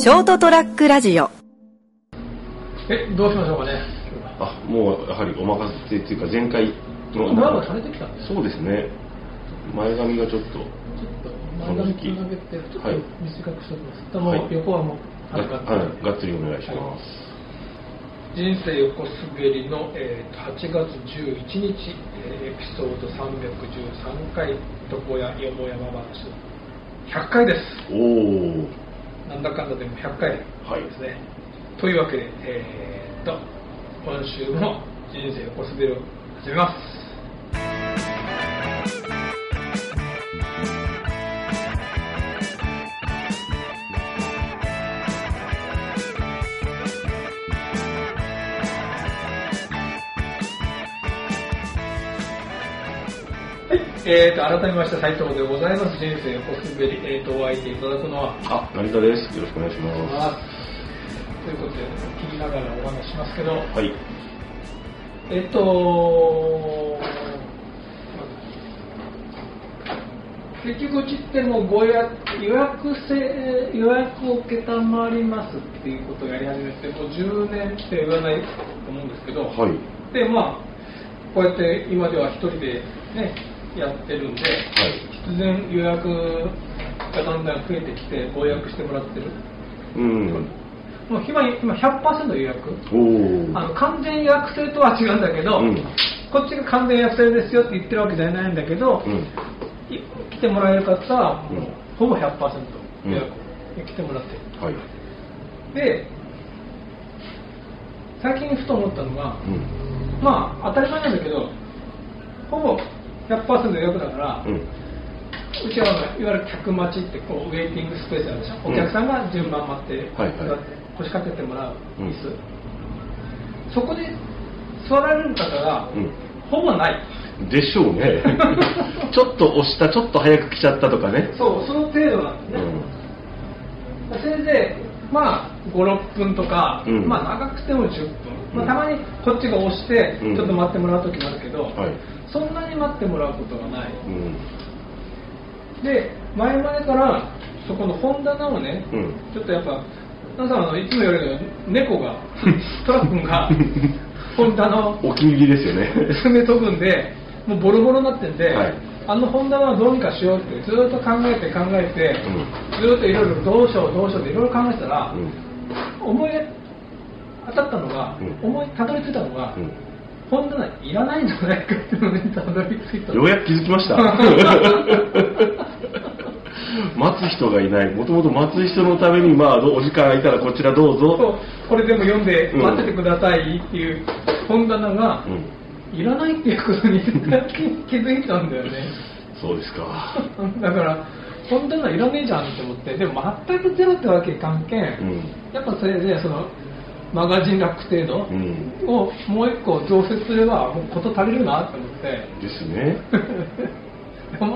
ショートトラックラジオ。 どうしましょうかね。 もうやはりお任せっていうか前回の前はされてきたんですか。 そうですね。前髪がちょっと前髪つなげてちょっと短くしておきます。もう横はもうがっつりお願いします。 人生横滑りの、8月11日、エピソード313回床屋よもやま話100回です。 おお。 なんだかんだでも100回ですね。というわけで、今週も人生横滑りを始めます。改めまして斉藤でございます。人生横滑り、お相手いただくのは成田です。よろしくお願いします。 ということで切りながらお話しますけど、 はい。 結局うちってもう予約を受けたまりますっていうことをやり始めてもう10年って言わないと思うんですけど、 はい。 でこうやって今では一人でねやってるんで、必然予約がだんだん増えてきてご予約してもらってる。もう今 100% 予約。完全予約制とは違うんだけど、こっちが完全予約制ですよって言ってるわけじゃないんだけど、来てもらえる方はもうほぼ 100% 予約に来てもらってる。で最近ふと思ったのが、当たり前なんだけどほぼ 100% 予約だから、うちはいわゆる客待ちってウェイティングスペースあるでしょ、お客さんが順番待って、腰掛けてもらう椅子、そこで座られる方が、ほぼないでしょうね。ちょっと押したちょっと早く来ちゃったとかね。 その程度なんですね。それで5、6分とか、長くても10分、たまにこっちが押してちょっと待ってもらう時もあるけど、そんなに待ってもらうことがない。で前々からそこの本棚をね、ちょっとやっぱ皆さんいつもより猫がトラックが本棚をお気に入りですよね。 詰め飛ぶんでもうボロボロになってんで、あの本棚はどうにかしようってずっと考えて、ずっといろいろどうしようっていろいろ考えてたら、思い当たったのが、たどり着いたのが、本棚いらないんじゃないかっていうのにたどり着いた。 ようやく気づきました。待つ人がいない。もともと待つ人のためにお時間空いたらこちらどうぞ。 これでも読んで待っててくださいっていう本棚がいらないっていうことに気づいたんだよね。 そうですか。 だから本棚いらねえじゃんって思って、でも全くゼロってわけいかんけん、やっぱそれでそのマガジンラック程度をもう一個増設すればもうこと足りるなって思ってですね。 思って、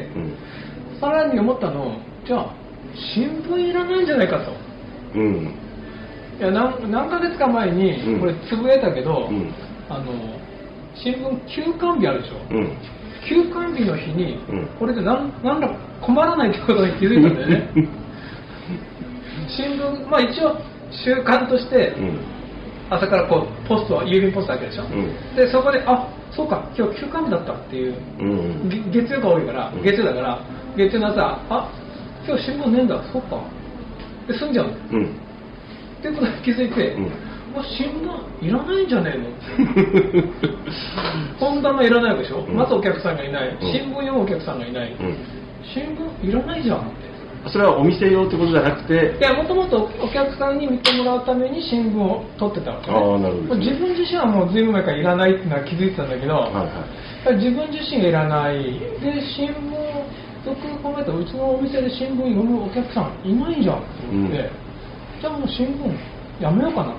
さらに思ったの、じゃあ新聞いらないんじゃないかと。いや何ヶ月か前にこれつぶやいたけど、新聞休刊日あるでしょ。休刊日の日にこれでなんら困らないってことに気づいたんだよね。新聞一応習慣として、朝からポスト郵便ポスト開けるでしょ、でそこでそうか今日休刊日だったっていう、月曜が多いから月曜だから月曜の朝今日新聞ねえんだ、そうかで済んじゃうの、っていうことに気づいて、新聞いらないんじゃねえの本棚いらないわけでしょ、まずお客さんがいない、新聞読むお客さんがいない、新聞いらないじゃんって。 それはお店用ってことじゃなくて、 いやもともとお客さんに見てもらうために新聞を取ってたわけね。 なるほど。 自分自身はもう随分前からいらないっていうのは気づいてたんだけど、自分自身がいらないで、新聞よく考えたらうちのお店で新聞読むお客さんいないじゃんって思って、じゃあもう新聞やめようかなと思って、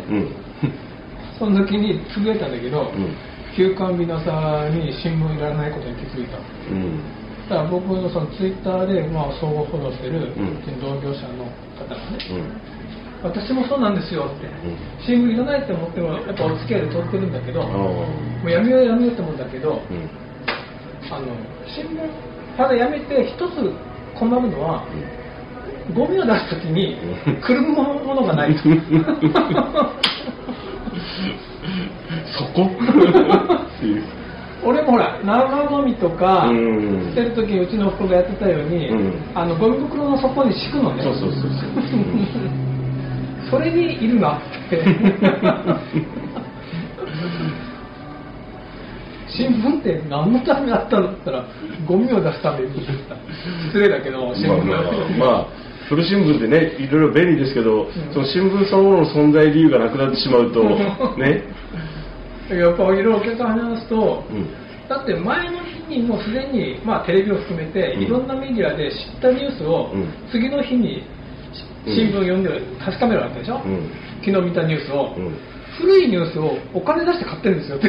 その時につぶやいたんだけど、休刊日の朝に新聞いらないことに気づいた。だから僕のそのツイッターで相互フォローしてる同業者の方がね、私もそうなんですよって、新聞いらないって思ってもやっぱお付き合いで取ってるんだけど、もうやめようって思うんだけど、新聞ただやめて一つ困るのは、 ゴミを出すときにくるむものがないとそこっていう。 俺もほら生ゴミとか捨てるときうちのおふくろがやってたように、ゴミ袋の底に敷くのね。 そうそれにいるなって新聞って何のためにあったのって言ったらゴミを出すために失礼だけど新聞まあ古新聞でねいろいろ便利ですけど、その新聞そのものの存在理由がなくなってしまうとねやっぱいろいろお客さんに話すと、だって前の日にもうすでに、テレビを含めていろんなメディアで知ったニュースを次の日に新聞読んで確かめるわけでしょ、昨日見たニュースを、古いニュースをお金出して買ってるんですよって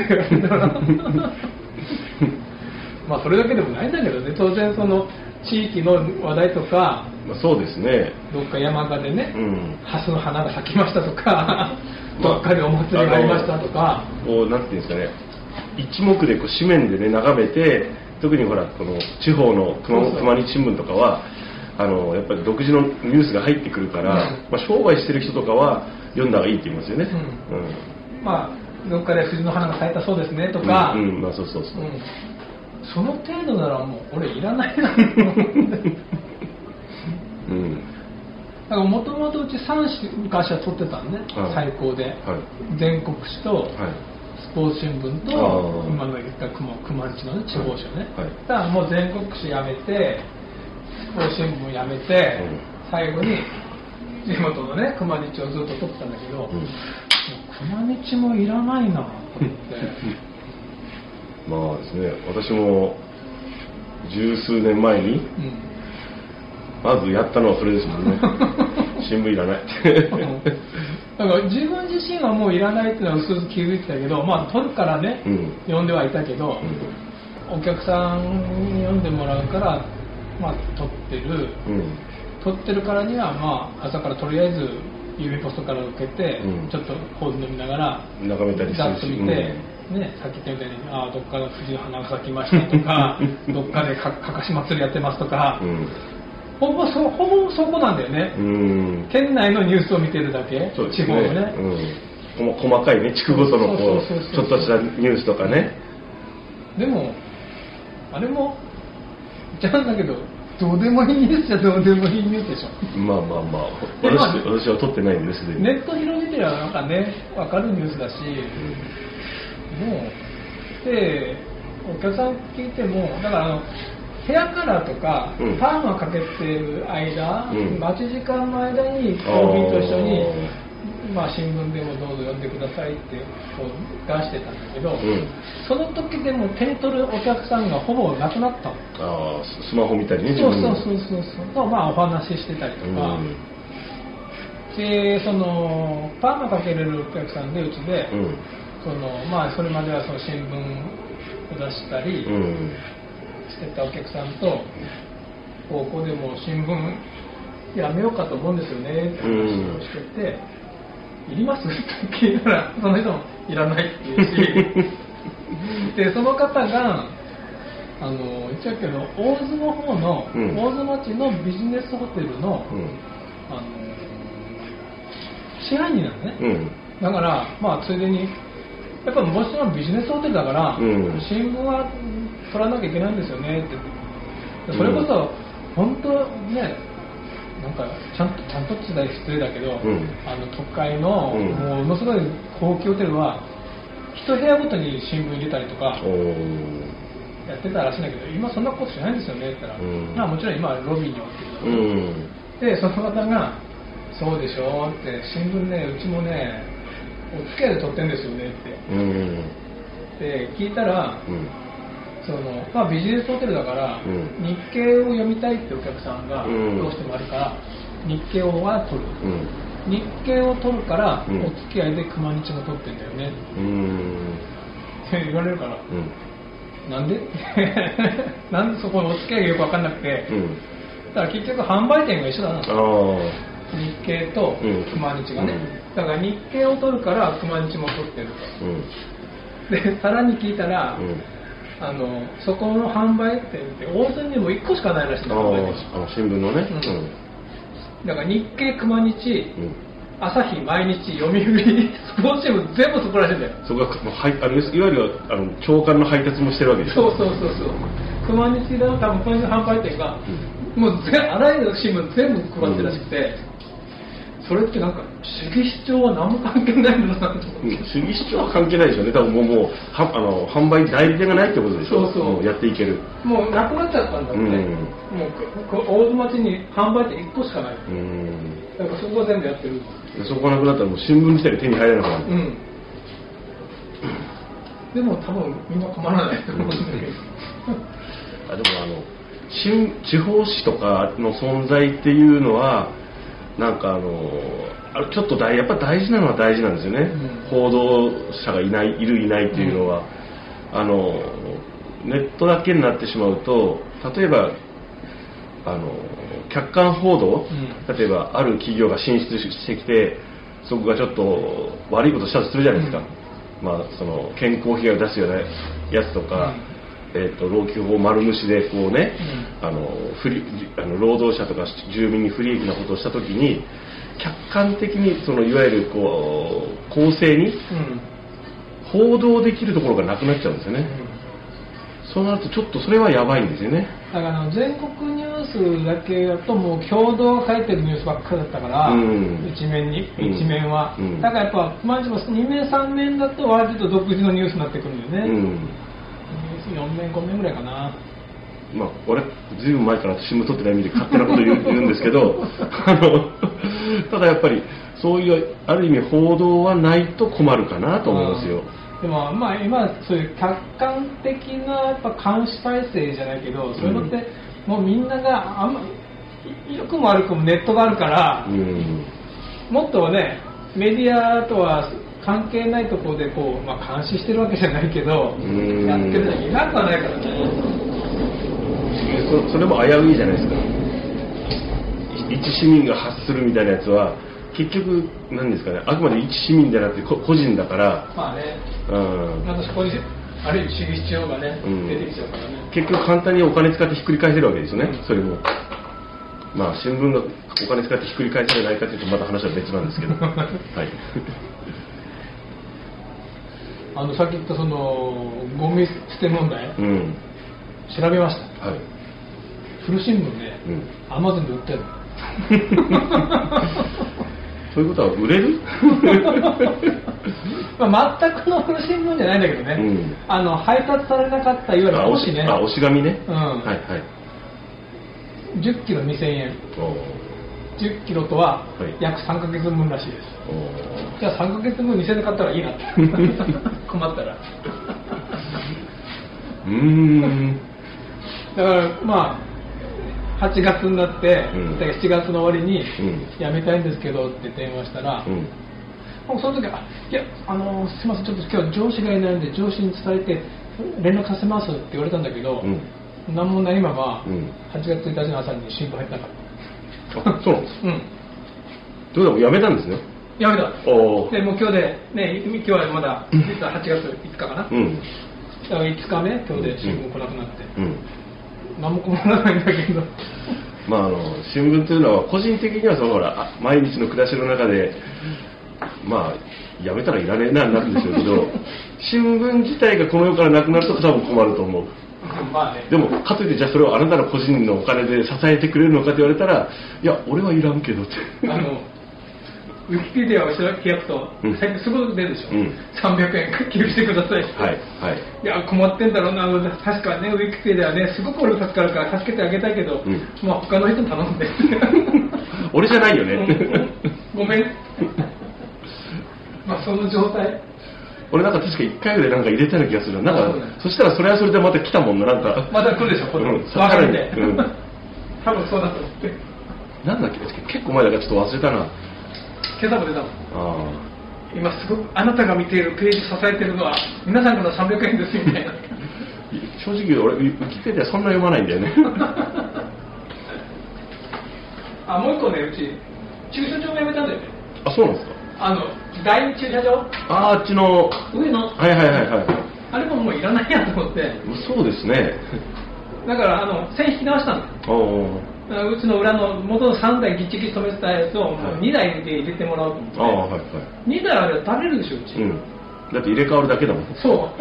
まあそれだけでもないんだけどね、当然その地域の話題とか、 そうですね、 どっか山鹿でね、ハスの花が咲きましたとかどっかでお祭りがありましたとか、 なんていうんですかね、一目でこう紙面でね眺めて、特にほらこの地方の熊日新聞とかはやっぱり独自のニュースが入ってくるから、商売してる人とかは読んだ方がいいって言いますよね。 どっかで藤の花が咲いたそうですねとか、 そう、 その程度ならもう俺いらないなと思ってだからもともとうち3紙昔は取ってたんね、最高で、全国紙と、スポーツ新聞と今の言った熊日の、ね、地方紙ね、だからもう全国紙やめてスポーツ新聞やめて、最後に地元のね熊日をずっと取ってたんだけど、もう熊日もいらないなと思ってまあですね、私も十数年前に、まずやったのはそれですもんね新聞いらないだから自分自身はもういらないっていうのはうすうす気づいてたけど、取るからね、読んではいたけど、お客さんに読んでもらうから取ってるからには朝からとりあえず郵便ポストから受けて、ちょっとコーヒー飲みながら眺めたりざっと見て、さっき言ったみたいにどっかの藤の花が咲きましたとかどっかでかかし祭りやってますとか、ほぼそこなんだよね、県内のニュースを見てるだけ、地方のね、 細かいね地区ごとのちょっとしたニュースとかね。 でもあれもじゃんだけどどうでもいいニュースじゃどうでもいいニュースでしょ。 私は撮ってないんですでネット広げてりゃなんかね分かるニュースだし、もうでお客さん聞いてもだからヘアカラーとか、パーマかけてる間、待ち時間の間にコーヒーと一緒に新聞でもどうぞ読んでくださいってこう出してたんだけど、その時でも手に取るお客さんがほぼなくなったの。 スマホ見たりね。 そうお話ししてたりとか、でそのパーマかけれるお客さんでうちで、それまではその新聞を出したりしてたお客さんと、ここでも新聞やめようかと思うんですよねって話をしてて、いりますって聞いたらその人もいらないって言うしでその方が言っちゃうけど大津の方の、大津町のビジネスホテルの、支配人なのね、だからついでにやっぱもちろんビジネスホテルだから、新聞は取らなきゃいけないんですよねって、それこそ本当ねなんかちゃんとって言ったら失礼だけど、都会の、ものすごい高級ホテルは一部屋ごとに新聞入れたりとかやってたらしいんだけど、今そんなことしないんですよねって言ったら、もちろん今はロビーに置いてる、でその方がそうでしょって新聞ねうちもねお付き合いで取ってるんですよねって、で聞いたら、ビジネスホテルだから、日経を読みたいってお客さんがどうしてもあるから、日経は取る、日経を取るから、お付き合いで熊日も取ってんだよねって言われるから、なんでなんでそこのお付き合いがよく分かんなくて、だから結局販売店が一緒だな、日経と熊日がね、だから日経を取るから熊日も取ってると、でさらに聞いたら、そこの販売店って大津にも1個しかないらしいんだ、 新聞のね、 だから日経、熊日、朝日、毎日、読売、スポーツ新聞全部そこらしいんだよ。 そこがいわゆる朝刊の配達もしてるわけですよ。そう。熊日の多分熊日販売店が、もうあらゆる新聞全部配ってるらしくて、それってなんか主義主張は何も関係ないのかなと思って。 主義主張は関係ないでしょうね。多分もう販売代理店がないってことでしょ。そう。やっていける。 もうなくなっちゃったんだって。もう大津町に販売店1個しかない。だからそこは全部やってる。 そこがなくなったらもう新聞自体が手に入らなくなる。 でも多分みんな困らないと思うんだけど。 でも地方紙とかの存在っていうのはなんかちょっとやっぱ大事なのは大事なんですよね。報道者がいるいないっていうのは、ネットだけになってしまうと、例えば客観報道、例えばある企業が進出してきてそこがちょっと悪いことしたとするじゃないですか。その健康被害を出すようなやつとか、労基法丸無視でこうね、労働者とか住民に不利益なことをしたときに客観的にいわゆる公正に報道できるところがなくなっちゃうんですよね。そうなるとちょっとそれはやばいんですよね。 だから全国ニュースだけだともう共同が書いてるニュースばっかりだったから、一面は、だからやっぱ毎日も2面3面だと割と独自のニュースになってくるんだよね。4面5面ぐらいかな。 俺ずいぶん前から新聞取ってない意味で勝手なこと言うんですけどただやっぱりそういうある意味報道はないと困るかなと思いますよ。 でも今そういう客観的なやっぱ監視体制じゃないけど、そういうのってもうみんながあんま良くも悪くもネットがあるから、もっとねメディアとは関係ないところでこう、監視してるわけじゃないけどやってるだけなくはないからね。 それも危ういじゃないですか。一市民が発するみたいなやつは結局何ですかね、あくまで一市民じゃなくて個人だから、 私個人ある意味主義主張がね、出てきちゃうからね。 結局簡単にお金使ってひっくり返せるわけですよね。それも新聞がお金使ってひっくり返せないかというとまた話は別なんですけどはいさっき言ったそのゴミ捨て問題、調べました。古新聞で、アマゾンで売ってるの。 そういうことは売れる全くの古新聞じゃないんだけどね、配達されなかったいわゆる押しね、 押し紙ね、 10キロ2000円、10キロとは約3ヶ月分らしいです。じゃあ3ヶ月分2000円で買ったらいいなって困ったらだから8月になって、7月の終わりに辞めたいんですけどって電話したら、その時はすいません、ちょっと今日上司がいないんで上司に伝えて連絡させますって言われたんだけど、何もないまま8月1日の朝に新聞入ったから。 そうなんです。どうでも辞めたんですね。 辞めた。でもう今日でね、今日はまだ実は8月5日かな。だから5日目今日で新聞来なくなって。何も困らないんだけど新聞というのは個人的には毎日の暮らしの中でやめたらいらねえなになるんでしょうけど新聞自体がこの世からなくなると多分困ると思う。でもかといってじゃあそれをあなたの個人のお金で支えてくれるのかと言われたらいや俺はいらんけどってウィキペディアを開くと、最近すぐ出るでしょ、300円寄付してくださいって、いや困ってんだろうな、確かね、ウィキペディアね、すごく俺助かるから助けてあげたいけど、他の人に頼んで俺じゃないよねごめんその状態。 俺確か1回ぐらい入れたような気がする。そしたらそれはそれでまた来たもんな。 また来るでしょ、これ分かるんで多分そうだと思ってなんだっけ、結構前だからちょっと忘れたな。 今朝も出たもん。今すごくあなたが見ているページ支えてるのは皆さんから300円ですみたいな正直俺ウィキペディアそんな読まないんだよねもう一個ね、うち駐車場もやめたんだよね。 そうなんですか。 第二駐車場あっちの上のあれももういらないやと思って。 そうですね。 だから線引き直したんだよ。 うちの裏の元の3台ぎっちぎち止めてたやつを2台で入れてもらおうと思って、はいはい、2台あれば足りるでしょうち、 だって入れ替わるだけだもん。 そう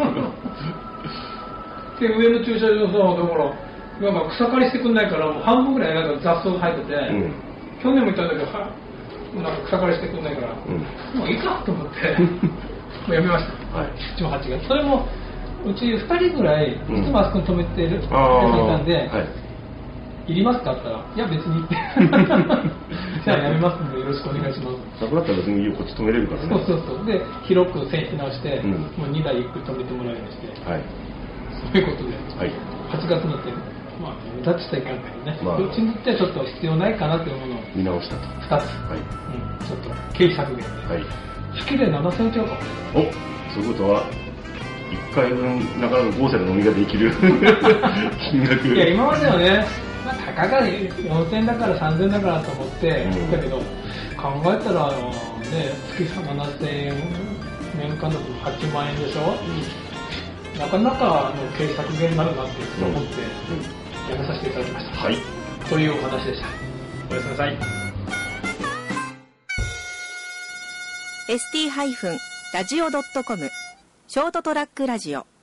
で上の駐車場さ、だからなんか草刈りしてくんないからもう半分ぐらいなんか雑草が生えてて、去年も言ったんだけどなんか草刈りしてくんないから、もういいかと思ってもうやめました、はい、7、8月。それもうち2人ぐらいいつもあそこに止めてる人いたんで、いりますかって言ったら、いや別にってじゃあやめますんでよろしくお願いします。 なくなったら別にこっち止めれるからね。 そうで広く線引き直して、もう2台ゆっくり止めてもらうようにして、そういうことで、8月になってまあ目立ちたいかんだけどね、うちにとってはちょっと必要ないかなというものを見直したと 2つ、ちょっと経費削減で、月で7000円ちゃうかも。 お、そういうことは1回分なかなか豪勢な飲みができる金額。 いや今まではね、まあ、たかが4000円だから3000円だからと思って言ったけど、考えたら、ね、月7000円年間だと8万円でしょ、なかなか経費削減になるなって思ってやめさせていただきました、というお話でした。おやすみなさい。 ST-radio.com ショートトラックラジオ